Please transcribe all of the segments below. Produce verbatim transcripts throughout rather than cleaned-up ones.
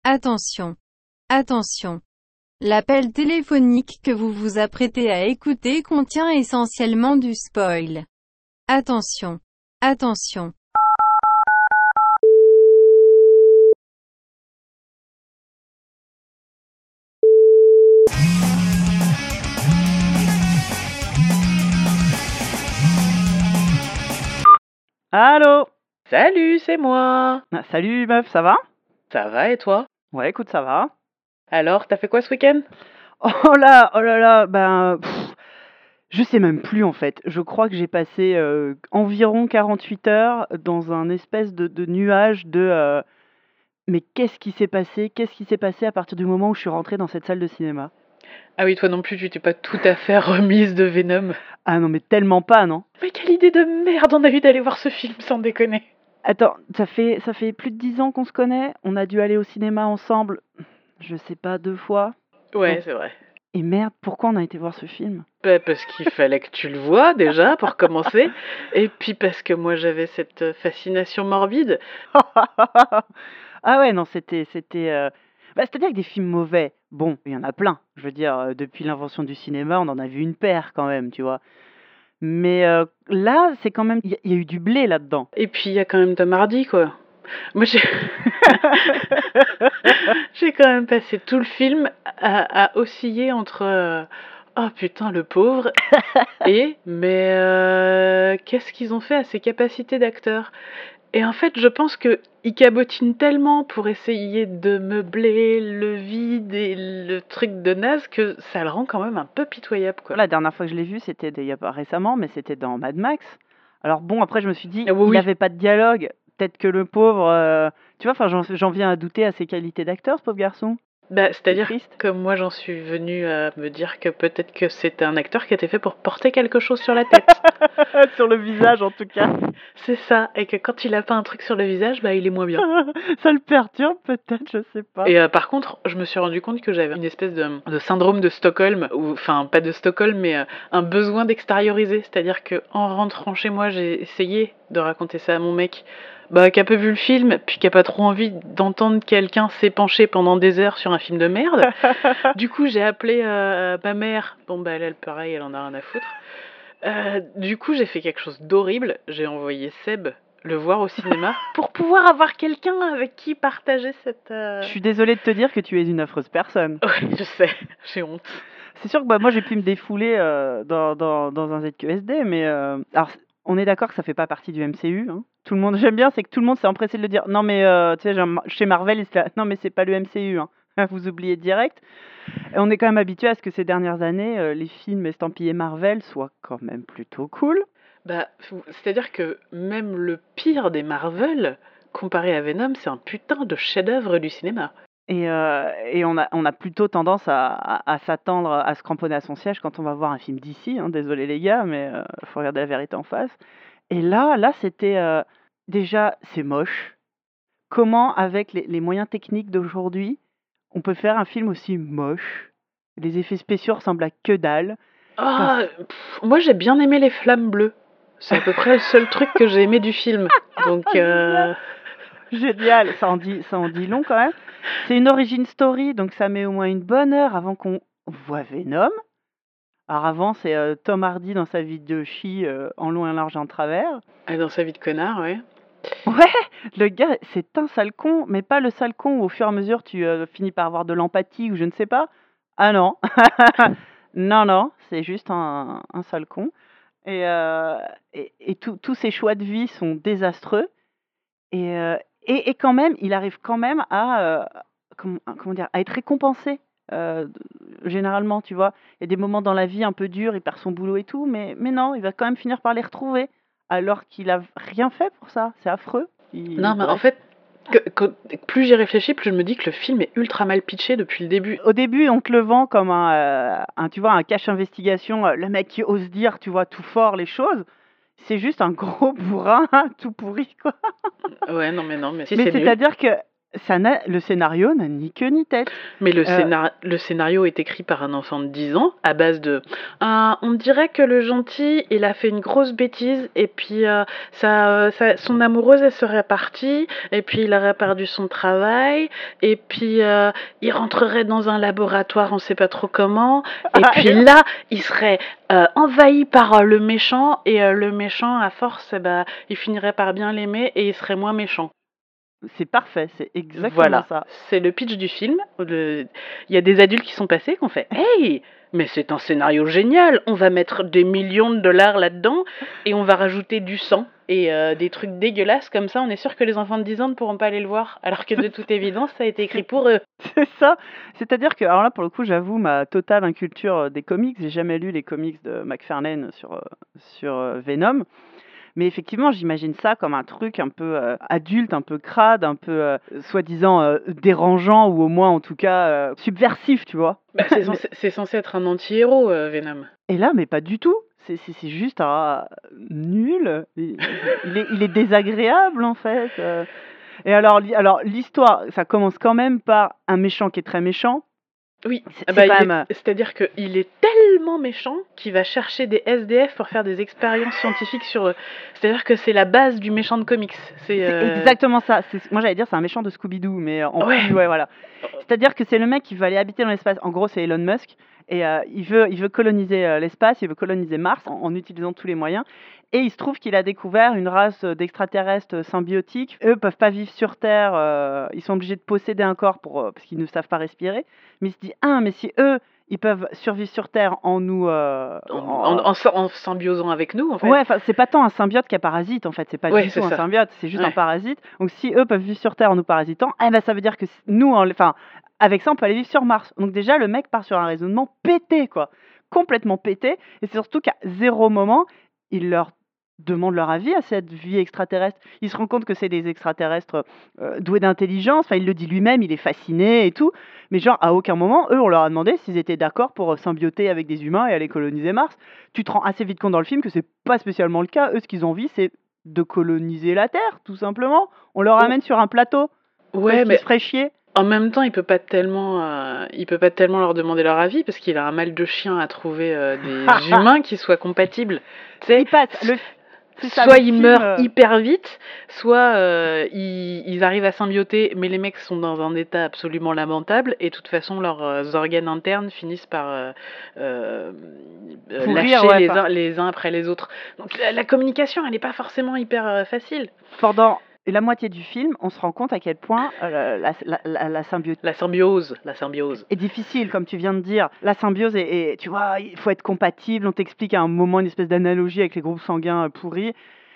Attention, attention. L'appel téléphonique que vous vous apprêtez à écouter contient essentiellement du spoil. Attention, attention. Allô? Salut, c'est moi. Ah, salut meuf, ça va? Ça va et toi? Ouais, écoute, ça va. Alors, t'as fait quoi ce week-end? Oh là, oh là là, ben, pff, je sais même plus en fait. Je crois que j'ai passé euh, environ quarante-huit heures dans un espèce de, de nuage de euh, mais qu'est-ce qui s'est passé? Qu'est-ce qui s'est passé à partir du moment où je suis rentrée dans cette salle de cinéma? Ah oui, toi non plus, tu t'es pas tout à fait remise de Venom. Ah non, mais tellement pas, non? Mais quelle idée de merde on a eu d'aller voir ce film, sans déconner. Attends, ça fait ça fait plus de dix ans qu'on se connaît. On a dû aller au cinéma ensemble, je sais pas, deux fois. Ouais, Donc- c'est vrai. Et merde, pourquoi on a été voir ce film? Bah, parce qu'il fallait que tu le vois déjà, pour commencer. Et puis parce que moi j'avais cette euh, fascination morbide. Ah ouais, non, c'était c'était euh, bah, c'est-à-dire que des films mauvais, bon, il y en a plein. Je veux dire, euh, depuis l'invention du cinéma, on en a vu une paire quand même, tu vois. Mais euh, là, c'est quand même, il y, a- il y a eu du blé là-dedans. Et puis il y a quand même Tom Hardy, quoi. Moi j'ai... j'ai quand même passé tout le film à, à osciller entre euh, oh putain le pauvre et mais euh, qu'est-ce qu'ils ont fait à ses capacités d'acteur. Et en fait je pense que ils cabotinent tellement pour essayer de meubler le vide et le truc de naze que ça le rend quand même un peu pitoyable, quoi. La dernière fois que je l'ai vu, c'était il y a pas récemment, mais c'était dans Mad Max. Alors bon, après, je me suis dit, Ah oui, il oui. avait pas de dialogue. Peut-être que le pauvre, euh, tu vois, enfin, j'en j'en viens à douter à ses qualités d'acteur, ce pauvre garçon. Bah, c'est-à-dire triste. que moi j'en suis venue à me dire que peut-être que c'était un acteur qui était fait pour porter quelque chose sur la tête. Sur le visage, en tout cas. C'est ça, et que quand il a pas un truc sur le visage, bah il est moins bien. Ça le perturbe peut-être, je sais pas. Et euh, par contre, je me suis rendu compte que j'avais une espèce de, de syndrome de Stockholm, ou enfin pas de Stockholm, mais euh, un besoin d'extérioriser. C'est-à-dire que en rentrant chez moi, j'ai essayé de raconter ça à mon mec, bah qui a pas vu le film, puis qui a pas trop envie d'entendre quelqu'un s'épancher pendant des heures sur un film de merde. Du coup, j'ai appelé euh, ma mère. Bon bah elle, elle pareil, elle en a rien à foutre. Euh, du coup, j'ai fait quelque chose d'horrible. J'ai envoyé Seb le voir au cinéma pour pouvoir avoir quelqu'un avec qui partager cette. euh, Je suis désolée de te dire que tu es une affreuse personne. Ouais, je sais, j'ai honte. C'est sûr que bah, moi j'ai pu me défouler euh, dans, dans, dans un Z Q S D, mais euh, alors on est d'accord que ça fait pas partie du M C U. Hein. Tout le monde, j'aime bien, c'est que tout le monde s'est empressé de le dire. Non mais euh, tu sais, genre, chez Marvel, ils se là, non mais c'est pas le M C U. Hein. Vous oubliez direct. Et on est quand même habitué à ce que ces dernières années, euh, les films estampillés Marvel soient quand même plutôt cool. Bah, faut- c'est-à-dire que même le pire des Marvel, comparé à Venom, c'est un putain de chef-d'œuvre du cinéma. Et, euh, et on, a, on a plutôt tendance à, à, à s'attendre à se cramponner à son siège quand on va voir un film d'ici. Hein, désolé les gars, mais il faut regarder la vérité en face. Et là, là c'était euh, déjà, c'est moche. Comment, avec les, les moyens techniques d'aujourd'hui, on peut faire un film aussi moche? Les effets spéciaux ressemblent à que dalle. Ah, pff, moi j'ai bien aimé les flammes bleues. C'est à peu près le seul truc que j'ai aimé du film. Donc, euh, Génial, ça en dit, ça en dit long quand même. C'est une origin story, donc ça met au moins une bonne heure avant qu'on voit Venom. Alors avant, c'est euh, Tom Hardy dans sa vie de chi euh, en long et en large et en travers. ah, dans sa vie de connard, ouais. Ouais, le gars, c'est un sale con, mais pas le sale con où au fur et à mesure tu euh, finis par avoir de l'empathie ou je ne sais pas. Ah non, non, non, c'est juste un, un sale con. Et, euh, et, et tout- tous ses choix de vie sont désastreux. Et, euh, et, et quand même, il arrive quand même à, euh, comment, comment dire, à être récompensé. euh, généralement, tu vois, il y a des moments dans la vie un peu durs, il perd son boulot et tout, mais, mais non, il va quand même finir par les retrouver, alors qu'il a rien fait pour ça. C'est affreux. Il- Non, mais en bref. fait, que- que- plus j'y réfléchis, plus je me dis que le film est ultra mal pitché depuis le début. Au début, on te le vend comme un, euh, un, tu vois, un cache investigation, euh, le mec qui ose dire, tu vois, tout fort les choses. C'est juste un gros bourrin tout pourri, quoi. Ouais, non, mais non, mais si Mais c'est nul. c'est-à-dire que Ça n'a le scénario n'a ni queue ni tête. Mais le, Euh, scénar- le scénario est écrit par un enfant de dix ans à base de Ah, on dirait que le gentil, il a fait une grosse bêtise et puis euh, ça, euh, ça- son amoureuse, elle serait partie et puis il aurait perdu son travail et puis euh, il rentrerait dans un laboratoire, on sait pas trop comment et puis là, il serait euh, envahi par euh, le méchant et euh, le méchant, à force, eh ben, il finirait par bien l'aimer et il serait moins méchant. c'est parfait, c'est exactement Voilà, ça. c'est le pitch du film. Le- Il y a des adultes qui sont passés, qui ont fait Hey, mais c'est un scénario génial, on va mettre des millions de dollars là-dedans et on va rajouter du sang et euh, des trucs dégueulasses, comme ça on est sûr que les enfants de dix ans ne pourront pas aller le voir, alors que de toute évidence ça a été écrit pour eux. C'est ça. C'est-à-dire que, alors là, pour le coup, j'avoue ma totale inculture euh, des comics. J'ai jamais lu les comics de McFarlane sur, euh, sur euh, Venom. Mais effectivement, j'imagine ça comme un truc un peu euh, adulte, un peu crade, un peu euh, soi-disant euh, dérangeant ou au moins en tout cas euh, subversif, tu vois. Bah, c'est Mais- censé, c'est censé être un anti-héros, euh, Venom. Et là, mais pas du tout. C'est c'est- c'est juste un nul. Il, il est, il est désagréable en fait. euh. Et alors, li- alors l'histoire, ça commence quand même par un méchant qui est très méchant. Oui, C'est ah c'est bah, quand il même. est- c'est-à-dire qu'il est tellement méchant qu'il va chercher des S D F pour faire des expériences scientifiques sur eux. C'est-à-dire que c'est la base du méchant de comics. C'est C'est euh, exactement ça. C'est- Moi, j'allais dire c'est un méchant de Scooby-Doo, mais en Ouais. plus, ouais, voilà. C'est-à-dire que c'est le mec qui veut aller habiter dans l'espace. En gros, c'est Elon Musk. Et euh, il, veut, il veut coloniser euh, l'espace, il veut coloniser Mars en, en utilisant tous les moyens. Et il se trouve qu'il a découvert une race euh, d'extraterrestres symbiotiques. Eux peuvent pas vivre sur Terre. euh, ils sont obligés de posséder un corps pour, euh, parce qu'ils ne savent pas respirer. Mais il se dit, ah, mais si eux, ils peuvent survivre sur Terre en nous... euh, En, en- en- en sy- en symbiosant avec nous, en fait. Ouais, enfin, c'est pas tant un symbiote qu'un parasite en fait, c'est pas Ouais, du c'est tout un ça. symbiote, c'est juste un Ouais. parasite. Donc si eux peuvent vivre sur Terre en nous parasitant, eh ben ça veut dire que s- nous, en- enfin, avec ça, on peut aller vivre sur Mars. Donc déjà, le mec part sur un raisonnement pété, quoi, complètement pété. Et c'est surtout qu'à zéro moment, il leur demande leur avis à cette vie extraterrestre. Il se rend compte que c'est des extraterrestres euh, doués d'intelligence. Enfin, il le dit lui-même, il est fasciné et tout. Mais genre, à aucun moment, eux, on leur a demandé s'ils étaient d'accord pour euh, symbioter avec des humains et aller coloniser Mars. Tu te rends assez vite compte dans le film que c'est pas spécialement le cas. Eux, ce qu'ils ont envie, c'est de coloniser la Terre, tout simplement. On leur Oh. amène sur un plateau. Pourquoi Ouais, est-ce qu'ils mais se feraient chier? en même temps, il peut pas tellement, euh, il peut pas tellement leur demander leur avis parce qu'il a un mal de chien à trouver euh, des humains qui soient compatibles. Tu sais, Il passe. Le... c'est ça, soit le ils film, meurent euh, hyper vite, soit euh, ils, ils arrivent à symbioter, mais les mecs sont dans un état absolument lamentable et de toute façon leurs euh, organes internes finissent par euh, euh, euh, Pourrir, lâcher ouais, les enfin. uns, les uns après les autres. Donc la, la communication, elle n'est pas forcément hyper euh, facile. Pendant la moitié du film, on se rend compte à quel point euh, la, la, la, la symbiose La symbiose, la symbiose. est difficile, comme tu viens de dire. La symbiose est, est- tu vois, il faut être compatible. On t'explique à un moment une espèce d'analogie avec les groupes sanguins euh, pourris.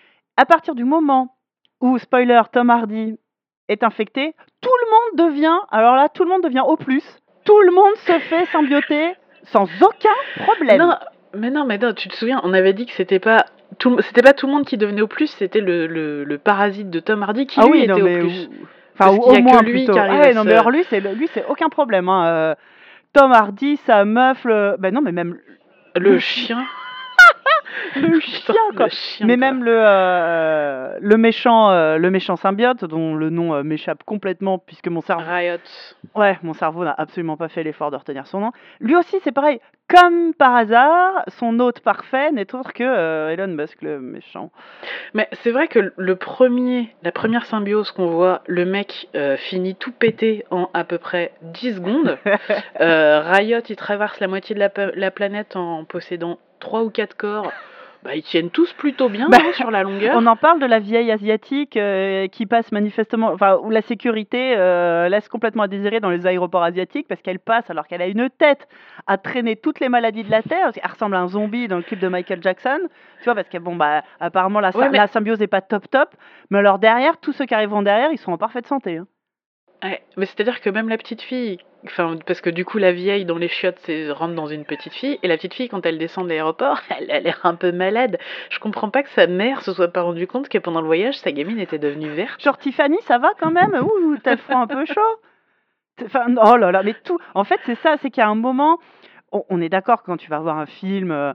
À partir du moment où, spoiler, Tom Hardy est infecté, tout le monde devient, alors là, tout le monde devient au plus. Tout le monde se fait symbioter sans aucun problème. Non, mais non, mais non, tu te souviens, on avait dit que c'était pas tout, le- c'était pas tout le monde qui devenait au plus, c'était le, le, le parasite de Tom Hardy qui ah lui oui, était non, au mais plus. ou- Parce enfin, qu'il y au a que moins lui plutôt. qui arrive Ah à ouais, non, se- mais alors lui, c'est lui, c'est aucun problème. Hein. euh, Tom Hardy, sa meuf, le... ben non, mais même Le chien. le Putain, chien, quoi. le chien, Mais quoi. même le, euh, le, méchant, euh, le méchant symbiote, dont le nom euh, m'échappe complètement, puisque mon cerveau, Riot. ouais, mon cerveau n'a absolument pas fait l'effort de retenir son nom. Lui aussi, c'est pareil. Comme par hasard, son hôte parfait n'est autre que euh, Elon Musk, le méchant. Mais c'est vrai que le premier, la première symbiose qu'on voit, le mec euh, finit tout pété en à peu près dix secondes. Euh, Riot, il traverse la moitié de la, pa- la planète en possédant trois ou quatre corps. Bah, ils tiennent tous plutôt bien Bah, hein, sur la longueur. On en parle de la vieille asiatique euh, qui passe manifestement, enfin, où la sécurité euh, laisse complètement à désirer dans les aéroports asiatiques parce qu'elle passe alors qu'elle a une tête à traîner toutes les maladies de la Terre. Elle ressemble à un zombie dans le clip de Michael Jackson, tu vois, parce que bon, bah, apparemment la, Ouais, mais- la symbiose n'est pas top top, mais alors derrière, tous ceux qui arriveront derrière, ils sont en parfaite santé. Hein. Ouais, mais c'est-à-dire que même la petite fille, enfin, parce que du coup la vieille dans les chiottes c'est, rentre dans une petite fille, et la petite fille quand elle descend de l'aéroport, elle a l'air un peu malade. Je comprends pas que sa mère se soit pas rendu compte que pendant le voyage sa gamine était devenue verte. Genre Tiffany, ça va quand même? Ouh, t'as le front un peu chaud? Enfin, oh là là, mais tout. En fait, c'est ça, c'est qu'à un moment, on, on est d'accord quand tu vas voir un film, euh,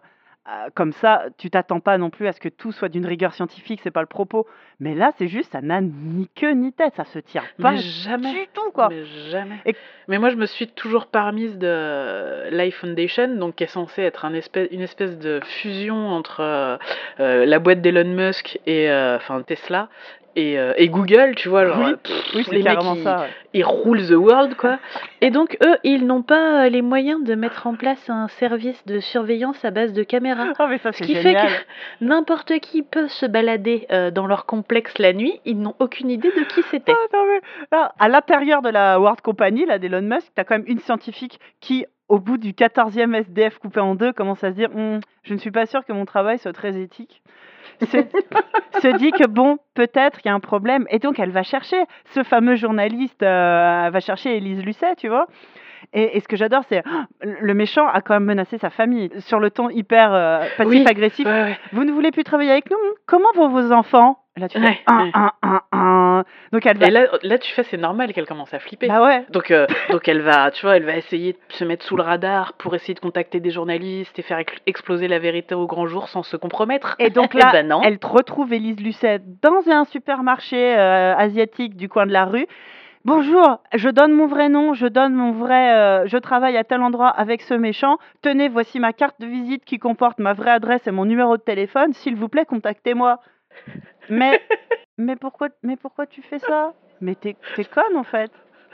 euh, comme ça, tu t'attends pas non plus à ce que tout soit d'une rigueur scientifique, c'est pas le propos. Mais là, c'est juste, ça n'a ni queue ni tête, ça se tient pas Mais jamais. du tout, quoi. Mais jamais. Et- Mais moi, je me suis toujours parmise de Life Foundation, donc qui est censée être un espèce, une espèce de fusion entre euh, euh, la boîte d'Elon Musk et euh, enfin Tesla et, euh, et Google, tu vois, genre Oui, pff, oui, c'est les mecs carrément ils, ça. ouais. ils roulent the world, quoi. Et donc eux, ils n'ont pas euh, les moyens de mettre en place un service de surveillance à base de caméras. Ah, mais ça, Ce c'est qui fait génial. que n'importe qui peut se balader euh, dans leur complexe la nuit, ils n'ont aucune idée de qui c'était. Ah, non, mais, là, à l'intérieur de la World Company, là, d'Elon Musk, tu as quand même une scientifique qui, au bout du quatorzième S D F coupé en deux, commence à se dire Hum, je ne suis pas sûre que mon travail soit très éthique. Se, se dit que bon, peut-être qu'il y a un problème. Et donc, elle va chercher ce fameux journaliste, euh, elle va chercher Élise Lucet, tu vois. Et, et ce que j'adore, c'est oh, le méchant a quand même menacé sa famille sur le ton hyper euh, Oui, passif-agressif. ouais, ouais. Vous ne voulez plus travailler avec nous? Comment vont vos enfants? Et là, tu fais Ouais, un, ouais. un, un, un. Donc, elle va. Et là, là, tu fais, c'est normal qu'elle commence à flipper. Bah ouais. Donc, euh, donc elle va, tu vois, elle va essayer de se mettre sous le radar pour essayer de contacter des journalistes et faire ex- exploser la vérité au grand jour sans se compromettre. Et donc Eh là, ben non. elle te retrouve Élise Lucet dans un supermarché euh, asiatique du coin de la rue. Bonjour, je donne mon vrai nom, je donne mon vrai, euh, je travaille à tel endroit avec ce méchant. Tenez, voici ma carte de visite qui comporte ma vraie adresse et mon numéro de téléphone. S'il vous plaît, contactez-moi. Mais, mais pourquoi, mais pourquoi tu fais ça? Mais t'es, t'es conne en fait.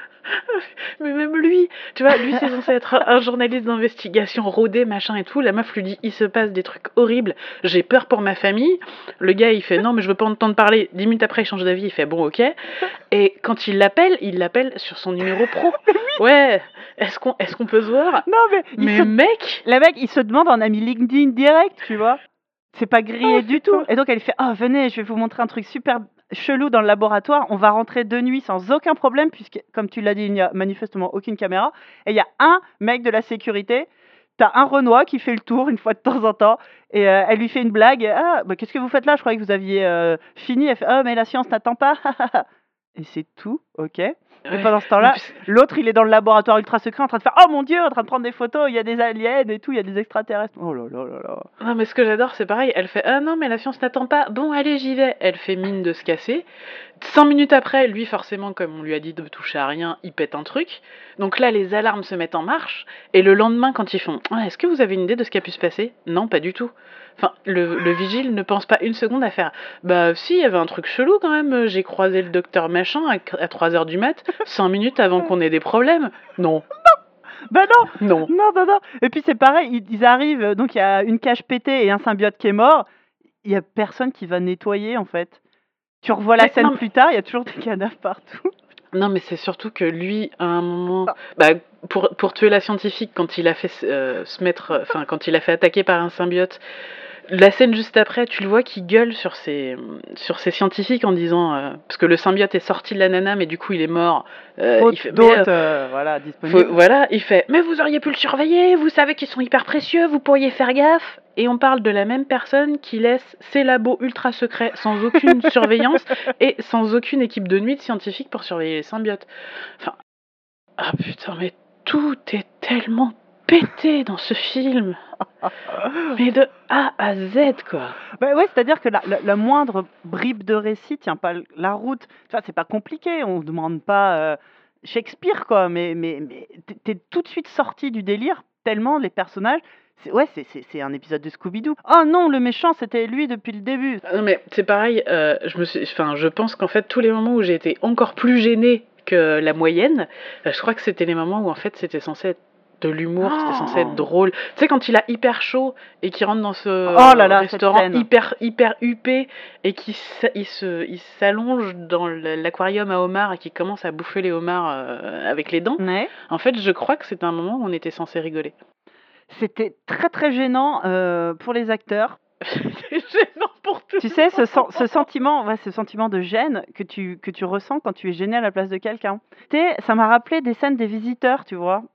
Mais même lui, tu vois, lui c'est censé être un journaliste d'investigation rodé, machin et tout. La meuf lui dit, il se passe des trucs horribles, j'ai peur pour ma famille. Le gars il fait, non mais je veux pas entendre parler. Dix minutes après il change d'avis, il fait, bon ok. Et quand il l'appelle, il l'appelle sur son numéro pro. Ouais, est-ce qu'on est-ce qu'on peut se voir? Non mais, il Mais se, mec, le mec, il se demande en ami LinkedIn direct, tu vois. C'est pas grillé Oh, du putain. tout. Et donc elle fait, oh venez, je vais vous montrer un truc super chelou dans le laboratoire. On va rentrer de nuit sans aucun problème puisque, comme tu l'as dit, il n'y a manifestement aucune caméra. Et il y a un mec de la sécurité. T'as un Renoir qui fait le tour une fois de temps en temps et euh, elle lui fait une blague. Ah, bah, qu'est-ce que vous faites là? Je croyais que vous aviez euh, fini. Elle fait, oh mais la science n'attend pas. Et c'est tout, ok. Et Ouais. pendant ce En temps-là, plus- l'autre il est dans le laboratoire ultra secret en train de faire, oh mon dieu, en train de prendre des photos. Il y a des aliens et tout, il y a des extraterrestres. Oh là là là là. Non, mais ce que j'adore, c'est pareil. Elle fait, ah non, mais la science n'attend pas. Bon, allez, j'y vais. Elle fait mine de se casser. Cinq minutes après, lui, forcément, comme on lui a dit de toucher à rien, il pète un truc. Donc là, les alarmes se mettent en marche. Et le lendemain, quand ils font, ah, est-ce que vous avez une idée de ce qui a pu se passer? Non, pas du tout. Enfin, le, le vigile ne pense pas une seconde à faire, bah si, il y avait un truc chelou quand même. J'ai croisé le docteur machin à, à trois heures du mat, cinq minutes avant qu'on ait des problèmes. Non, Ben non, non. non, non, non. Et puis c'est pareil, ils, ils arrivent, donc il y a une cage pétée et un symbiote qui est mort. Il y a personne qui va nettoyer en fait. Tu revois la Mais scène non, mais- plus tard, il y a toujours des cadavres partout. Non, mais c'est surtout que lui, à un moment, bah, pour, pour tuer la scientifique, quand il a fait euh, se mettre, enfin, quand il a fait attaquer par un symbiote, la scène juste après, tu le vois qui gueule sur ses, sur ses scientifiques en disant, euh, parce que le symbiote est sorti de la nana, mais du coup il est mort. euh, Faute il fait, mais, d'autres, euh, euh, voilà, faut- disponibles. voilà, il fait, mais vous auriez pu le surveiller, vous savez qu'ils sont hyper précieux, vous pourriez faire gaffe. Et on parle de la même personne qui laisse ses labos ultra secrets sans aucune surveillance et sans aucune équipe de nuit de scientifiques pour surveiller les symbiotes. Enfin, ah putain, mais tout est tellement pété dans ce film. Mais de A à Z, quoi. Bah ouais, c'est-à-dire que la, la- la moindre bribe de récit tient pas l- la route. Tu vois, c'est pas compliqué, on ne demande pas euh, Shakespeare, quoi, mais, mais, mais t'es- t'es tout de suite sorti du délire, tellement les personnages. c'est- Ouais, c'est- c'est c'est un épisode de Scooby-Doo. Oh non, le méchant, c'était lui depuis le début. Ah non, mais c'est pareil, euh, je me suis, enfin, je pense qu'en fait, tous les moments où j'ai été encore plus gênée que la moyenne, euh, je crois que c'était les moments où en fait c'était censé être de l'humour, c'était censé être Oh, drôle. Tu sais, quand il a hyper chaud et qu'il rentre dans ce oh là là, cette restaurant scène. hyper, hyper huppé et qu'il s- il se, il s'allonge dans l- l'aquarium à homards et qu'il commence à bouffer les homards euh, avec les dents, Ouais. en fait, je crois que c'est un moment où on était censé rigoler. C'était très très gênant euh, pour les acteurs. C'est gênant pour tout Tu le sais, ce, monde. sen- ce sentiment, ouais, ce sentiment de gêne que tu, que tu ressens quand tu es gêné à la place de quelqu'un. Tu sais, ça m'a rappelé des scènes des visiteurs, tu vois.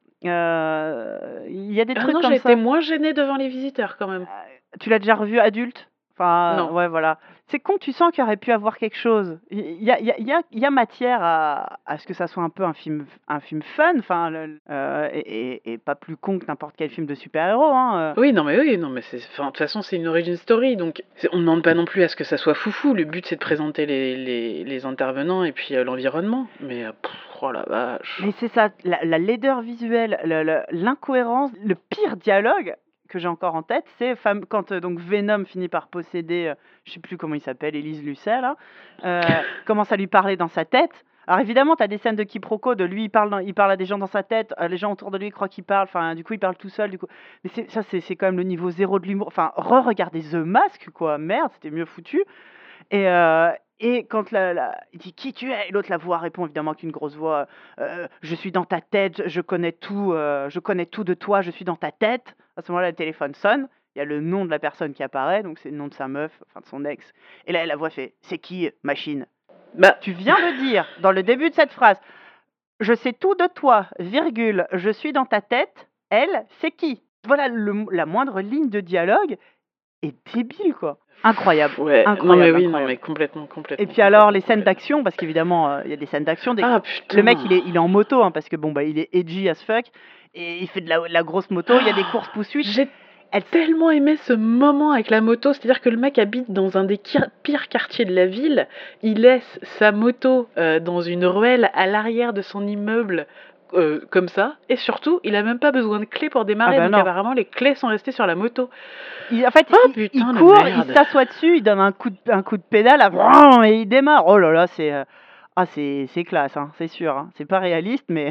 Euh, Il y a des Ah trucs non, comme j'ai ça. été moins gênée devant les visiteurs quand même. Tu l'as déjà revu adulte? Enfin, Non. ouais, voilà. C'est con, tu sens qu'il y aurait pu avoir quelque chose. Il y a, il y a, il y a, il y a matière à, à ce que ça soit un peu un film, un film fun, enfin, le- euh, et, et- et pas plus con que n'importe quel film de super-héros, hein. euh. Oui, non, mais oui, non, mais c'est, enfin, de toute façon, c'est une origin story, donc c'est- on ne demande pas non plus à ce que ça soit foufou. Le but, c'est de présenter les, les, les intervenants et puis euh, l'environnement. Mais, euh, pff, oh la vache. Mais c'est ça, la, la laideur visuelle, le- le- l'incohérence, le pire dialogue que j'ai encore en tête, c'est fam- quand euh, donc Venom finit par posséder, euh, je sais plus comment il s'appelle, Élise Lucet, là, euh, commence à lui parler dans sa tête. Alors évidemment, tu as des scènes de quiproquo, de lui, il parle, dans- il parle à des gens dans sa tête, euh, les gens autour de lui croient qu'il parle, enfin, du coup, il parle tout seul, du coup. Mais c'est- ça, c'est c'est quand même le niveau zéro de l'humour. Enfin, re-regardez The Mask, quoi, merde, c'était mieux foutu. Et, euh, et quand la, la- il dit qui tu es, et l'autre la voix répond évidemment avec une grosse voix, euh, je suis dans ta tête, je connais tout, euh, je connais tout de toi, je suis dans ta tête. À ce moment-là, le téléphone sonne, il y a le nom de la personne qui apparaît, donc c'est le nom de sa meuf, enfin de son ex. Et là, la voix fait, c'est qui, machine? Bah, Tu viens de dire dans le début de cette phrase, je sais tout de toi, virgule, je suis dans ta tête, elle, c'est qui? Voilà, le- la moindre ligne de dialogue est débile, quoi. Incroyable, ouais, non, mais incroyable, oui, non, incroyable. mais complètement, complètement. Et puis alors, complètement, les scènes complètement. d'action, parce qu'évidemment, euh, il y a des scènes d'action. Des... Ah putain. Le mec, il est, il est en moto, hein, parce que bon, bah, il est edgy as fuck, et il fait de la, la grosse moto, il y a des courses poursuites. J'ai Elle... tellement aimé ce moment avec la moto, c'est-à-dire que le mec habite dans un des kir- pires quartiers de la ville, il laisse sa moto euh, dans une ruelle à l'arrière de son immeuble, euh, comme ça, et surtout, il a même pas besoin de clés pour démarrer, Ah bah donc non. apparemment les clés sont restées sur la moto. Il, en fait, Oh, il, putain, il la court, merde. il s'assoit dessus, il donne un coup de, un coup de pédale, à... vroom, et il démarre. Oh là là, c'est... euh, Ah, c'est c'est classe, hein, c'est sûr. Hein. C'est pas réaliste, mais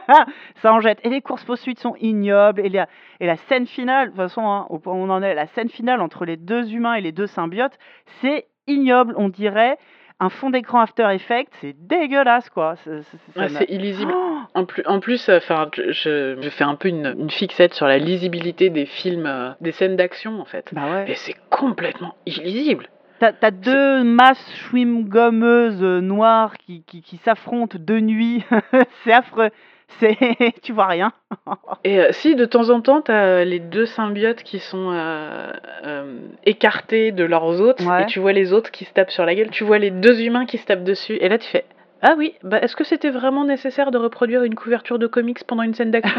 ça en jette. Et les courses-poursuites sont ignobles. Et la, et la scène finale, de toute façon, hein, au point où on en est, la scène finale entre les deux humains et les deux symbiotes, c'est ignoble. On dirait un fond d'écran After Effects. C'est dégueulasse, quoi. C'est c'est- ça Ouais, me- c'est illisible. Oh En plus, en plus, enfin, je, je, je fais un peu une, une fixette sur la lisibilité des films, euh, des scènes d'action en fait. bah ouais. Et c'est complètement illisible. T'as t'as deux masses chewing-gommeuses euh, noires qui, qui, qui s'affrontent de nuit. C'est affreux. C'est... Tu vois rien. Et euh, si de temps en temps, t'as les deux symbiotes qui sont euh, euh, écartés de leurs hôtes, Ouais. et tu vois les autres qui se tapent sur la gueule, tu vois les deux humains qui se tapent dessus, et là tu fais ah oui, bah est-ce que c'était vraiment nécessaire de reproduire une couverture de comics pendant une scène d'action?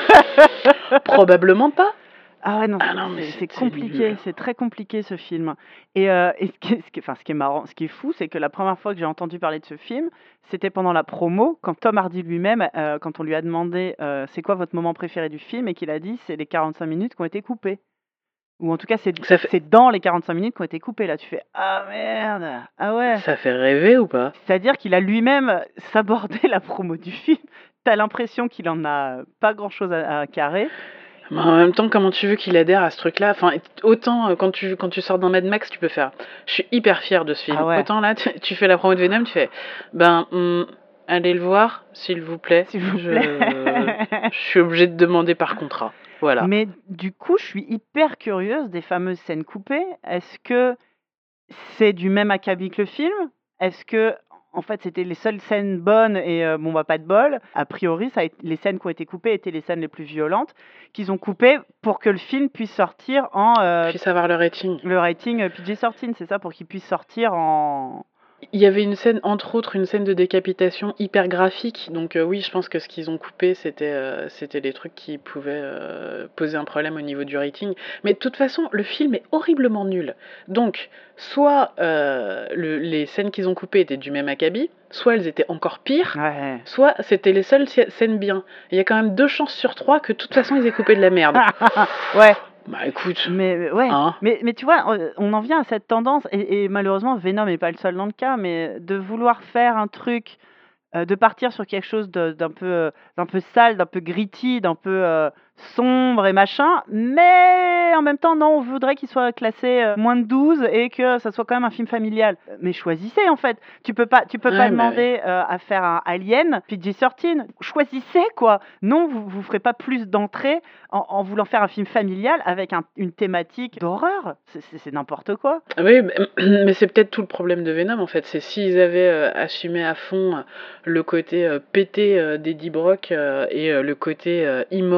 Probablement pas. Ah ouais, non, Ah c'est- non, mais c'est c'est- c'est c'est compliqué, nul. c'est très compliqué ce film. Et, euh, et ce, qui est, ce, qui est- enfin, ce qui est marrant, ce qui est fou, c'est que la première fois que j'ai entendu parler de ce film, c'était pendant la promo, quand Tom Hardy lui-même, euh, quand on lui a demandé euh, c'est quoi votre moment préféré du film, et qu'il a dit c'est les quarante-cinq minutes qui ont été coupées. Ou en tout cas, c'est Ça fait, c'est dans les quarante-cinq minutes qui ont été coupées. Là, tu fais ah merde, ah ouais. ça fait rêver ou pas? C'est-à-dire qu'il a lui-même sabordé la promo du film. T'as l'impression qu'il en a pas grand-chose à, à carrer. Mais en même temps, comment tu veux qu'il adhère à ce truc-là? Enfin, autant euh, quand tu, quand tu sors dans Mad Max, tu peux faire. Je suis hyper fière de ce film. Ah ouais. Autant là, tu, tu fais la promo de Venom, tu fais. Ben, hum, allez le voir, s'il vous plaît. S'il vous Je, plaît. je suis obligée de demander par contrat. Voilà. Mais du coup, je suis hyper curieuse des fameuses scènes coupées. Est-ce que c'est du même acabit que le film? Est-ce que, en fait, c'était les seules scènes bonnes et euh, bon, bah, pas de bol? A priori, ça a été- les scènes qui ont été coupées étaient les scènes les plus violentes qu'ils ont coupées pour que le film puisse sortir en euh, Puis savoir le rating. le rating euh, P G quatorze, c'est ça, pour qu'il puisse sortir en. Il y avait une scène, entre autres, une scène de décapitation hyper graphique. Donc euh, oui, je pense que ce qu'ils ont coupé, c'était euh, c'était les trucs qui pouvaient euh, poser un problème au niveau du rating. Mais de toute façon, le film est horriblement nul. Donc, soit euh, le- les scènes qu'ils ont coupées étaient du même acabit, soit elles étaient encore pires, Ouais. soit c'était les seules sci- scènes bien. Il y a quand même deux chances sur trois que de toute façon ils aient coupé de la merde. Ouais. Bah écoute, Mais mais ouais, hein. mais, mais tu vois, on- on en vient à cette tendance, et, et malheureusement, Venom n'est pas le seul dans le cas, mais de vouloir faire un truc, euh, de partir sur quelque chose de- d'un peu, euh, d'un peu sale, d'un peu gritty, d'un peu euh, sombre et machin, mais en même temps, non, on voudrait qu'il soit classé euh, moins de douze et que ça soit quand même un film familial. Mais choisissez en fait. Tu peux pas, tu peux Ouais, pas mais demander euh, à faire un Alien P G quatorze. Choisissez quoi. Non, vous vous ferez pas plus d'entrées en, en voulant faire un film familial avec un- une thématique d'horreur. C'est- C'est c'est n'importe quoi. Oui, mais mais c'est peut-être tout le problème de Venom en fait. C'est s'ils avaient euh, assumé à fond euh, le côté euh, pété euh, d'Eddie Brock euh, et euh, le côté euh, immoral de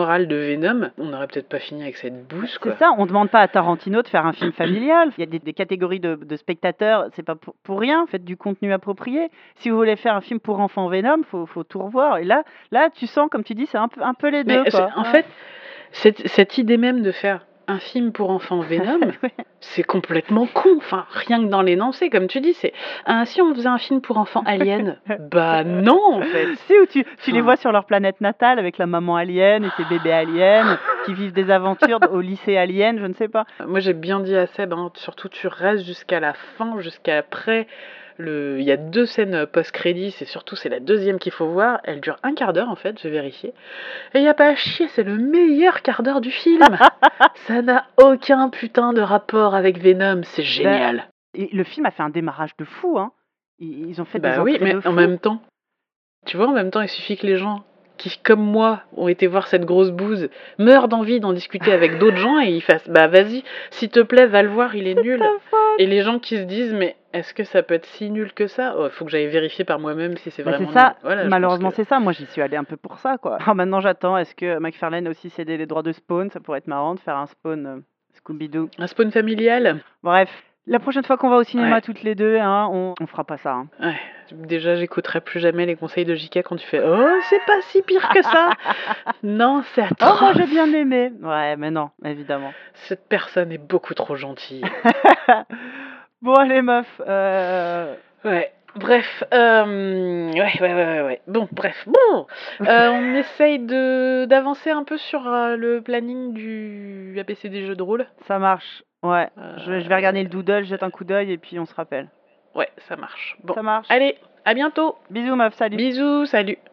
Venom, on n'aurait peut-être pas fini avec cette bouse, C'est quoi. ça, on demande pas à Tarantino de faire un film familial. Il y a des, des catégories de, de spectateurs, c'est pas pour, pour rien. Faites du contenu approprié. Si vous voulez faire un film pour enfants Venom, faut, faut tout revoir. Et là, là, tu sens, comme tu dis, c'est un peu, un peu les deux, Mais c'est- quoi. en Ouais. fait, cette, cette idée même de faire un film pour enfants Venom, Ouais. c'est complètement con. Enfin, rien que dans l'énoncé, comme tu dis, c'est ah, si on faisait un film pour enfants Alien, bah non, en fait. Si, où tu, tu les Enfin. vois sur leur planète natale avec la maman alien et ses bébés aliens qui vivent des aventures au lycée alien, je ne sais pas. Moi, j'ai bien dit à Seb, hein, surtout tu restes jusqu'à la fin, jusqu'à après. Le... Il y a deux scènes post-crédit, c'est surtout c'est la deuxième qu'il faut voir. Elle dure un quart d'heure en fait, j'ai vérifié. Et il n'y a pas à chier, c'est le meilleur quart d'heure du film. Ça n'a aucun putain de rapport avec Venom, c'est génial. Et le film a fait un démarrage de fou, hein. Ils, ils ont fait des Bah oui, entrées mais de en fou. même temps, tu vois, en même temps, il suffit que les gens qui, comme moi, ont été voir cette grosse bouse, meurent d'envie d'en discuter avec d'autres gens et ils fassent bah vas-y, s'il te plaît, va le voir, il est nul. Ta faute. Et les gens qui se disent mais est-ce que ça peut être si nul que ça? Oh, faut que j'aille vérifier par moi-même si c'est Bah, vraiment c'est ça, nul. Voilà, je malheureusement pense que- c'est ça, moi j'y suis allé un peu pour ça quoi. Ah, maintenant j'attends, est-ce que McFarlane a aussi cédé les droits de Spawn? Ça pourrait être marrant de faire un Spawn euh, Scooby-Doo. Un spawn familial? Bref, la prochaine fois qu'on va au cinéma Ouais. toutes les deux, hein, on, on fera pas ça. Hein. Ouais. Déjà, j'écouterai plus jamais les conseils de J K quand tu fais oh c'est pas si pire que ça. Non, c'est Oh, moi atroce. j'ai bien aimé. Ouais, mais non, évidemment. Cette personne est beaucoup trop gentille. Bon allez meuf, euh... Ouais. Bref, euh, ouais, ouais, ouais, ouais, ouais. Bon, bref, bon, Euh, on essaye de d'avancer un peu sur euh, le planning du A B C des jeux de rôle. ça marche. Ouais, Euh, je, je vais regarder le doodle, jette un coup d'œil et puis on se rappelle. Ouais, ça marche. Bon, Ça marche. allez, à bientôt. Bisous meuf, salut. Bisous, salut.